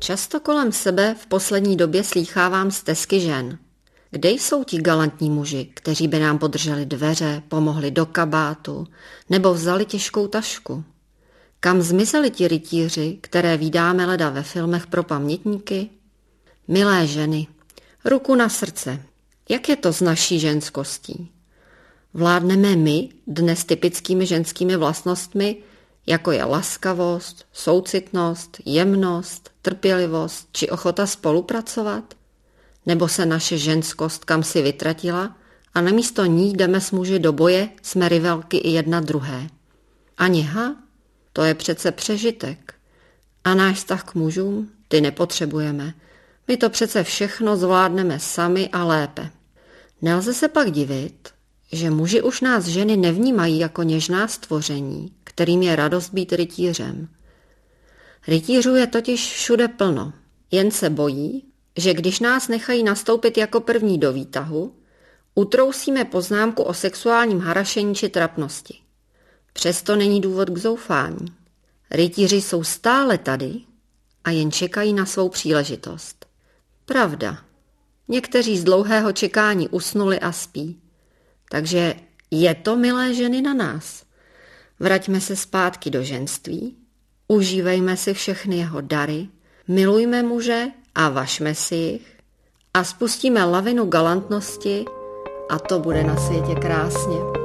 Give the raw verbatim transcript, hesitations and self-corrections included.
Často kolem sebe v poslední době slýchávám stesky žen. Kde jsou ti galantní muži, kteří by nám podrželi dveře, pomohli do kabátu nebo vzali těžkou tašku? Kam zmizeli ti rytíři, které vídáme leda ve filmech pro pamětníky? Milé ženy, ruku na srdce, jak je to s naší ženskostí? Vládneme my dnes typickými ženskými vlastnostmi, jako je laskavost, soucitnost, jemnost, trpělivost či ochota spolupracovat? Nebo se naše ženskost kam si vytratila a namísto ní jdeme s muži do boje, jsme rivalky i jedna druhé? A něha? To je přece přežitek. A náš vztah k mužům? Ty nepotřebujeme. My to přece všechno zvládneme sami a lépe. Nelze se pak divit, že muži už nás ženy nevnímají jako něžná stvoření, kterým je radost být rytířem. Rytířů je totiž všude plno, jen se bojí, že když nás nechají nastoupit jako první do výtahu, utrousíme poznámku o sexuálním harašení či trapnosti. Přesto není důvod k zoufání. Rytíři jsou stále tady a jen čekají na svou příležitost. Pravda, někteří z dlouhého čekání usnuli a spí. Takže je to, milé ženy, na nás. Vraťme se zpátky do ženství, užívejme si všechny jeho dary, milujme muže a važme si jich a spustíme lavinu galantnosti a to bude na světě krásně.